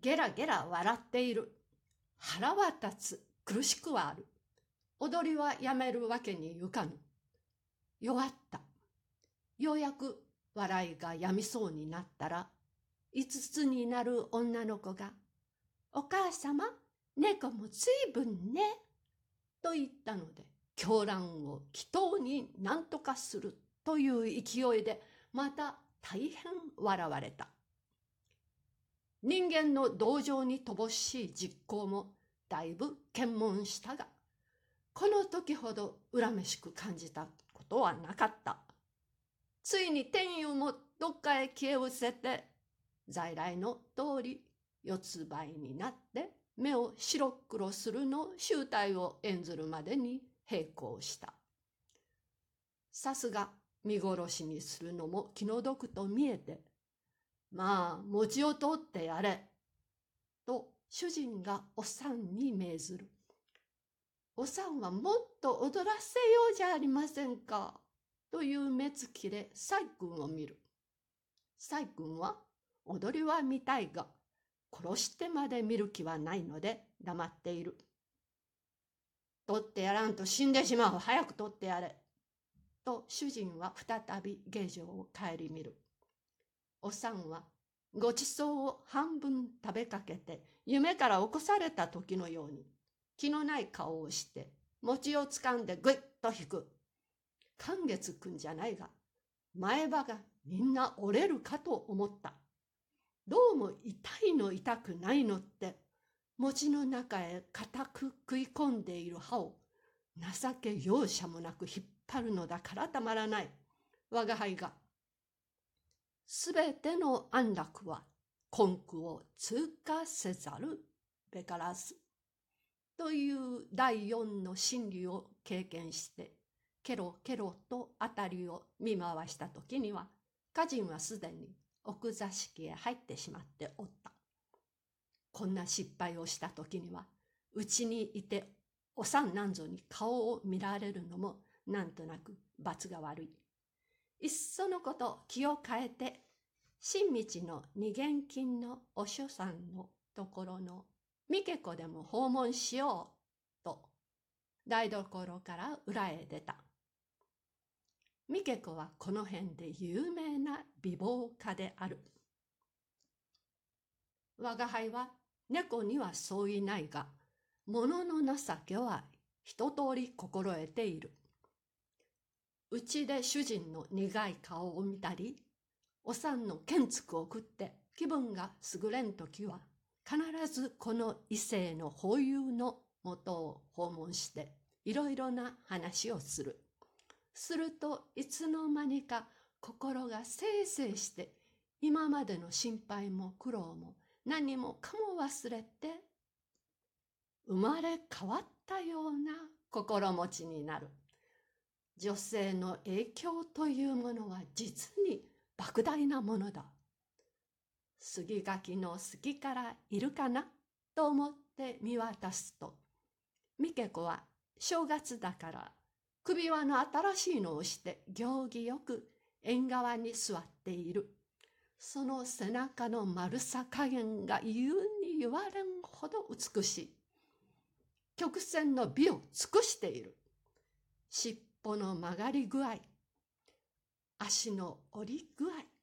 ゲラゲラ笑っている。腹は立つ、苦しくはある。踊りはやめるわけにゆかぬ。弱った。ようやく笑いがやみそうになったら、5つになる女の子が、お母様、猫もずいぶんね、と言ったので、狂乱を祈祷に何とかするという勢いで、また大変笑われた。人間の同情に乏しい実行もだいぶ検問したが、この時ほど恨めしく感じたことはなかった。ついに天佑もどっかへ消え失せて、在来の通り四つ倍になって目を白黒するの醜態を演ずるまでに並行した。さすが見殺しにするのも気の毒と見えて、まあ餅を取ってやれ、と主人がおさんに命ずる。おさんはもっと踊らせようじゃありませんか、という目つきで細君を見る。細君は踊りは見たいが、殺してまで見る気はないので黙っている。取ってやらんと死んでしまう。早く取ってやれ。と主人は再び下女を顧みる。おさんはごちそうを半分食べかけて夢から起こされた時のように気のない顔をして餅をつかんでぐいっと引く。寛月くんじゃないが前歯がみんな折れるかと思った。どうも痛いの痛くないのって餅の中へ固く食い込んでいる歯を情け容赦もなく引っ張るのだからたまらない。我が輩がすべての安楽は根苦を通過せざるべからずという第四の真理を経験してケロケロと辺りを見回した時には歌人はすでに奥座敷へ入ってしまっておった。こんな失敗をした時にはうちにいておさんなんぞに顔を見られるのもなんとなく罰が悪い。いっそのこと気を変えて新道の二元金のお師さんのところの三毛子でも訪問しようと台所から裏へ出た。三毛子はこの辺で有名な美貌家である。我が輩は猫にはそういないが物の情けは一通り心得ている。うちで主人の苦い顔を見たりおさんの剣つくを食って気分が優れんときは必ずこの異性の法友のもとを訪問していろいろな話をする。するといつの間にか心がせいせいして今までの心配も苦労も何もかも忘れて生まれ変わったような心持ちになる。女性の影響というものは実に莫大なものだ。杉垣の隙からいるかなと思って見渡すと、三毛子は正月だから首輪の新しいのをして行儀よく縁側に座っている。その背中の丸さ加減が言うに言われんほど美しい。曲線の美を尽くしている。尻尾の曲がり具合、足の折り具合、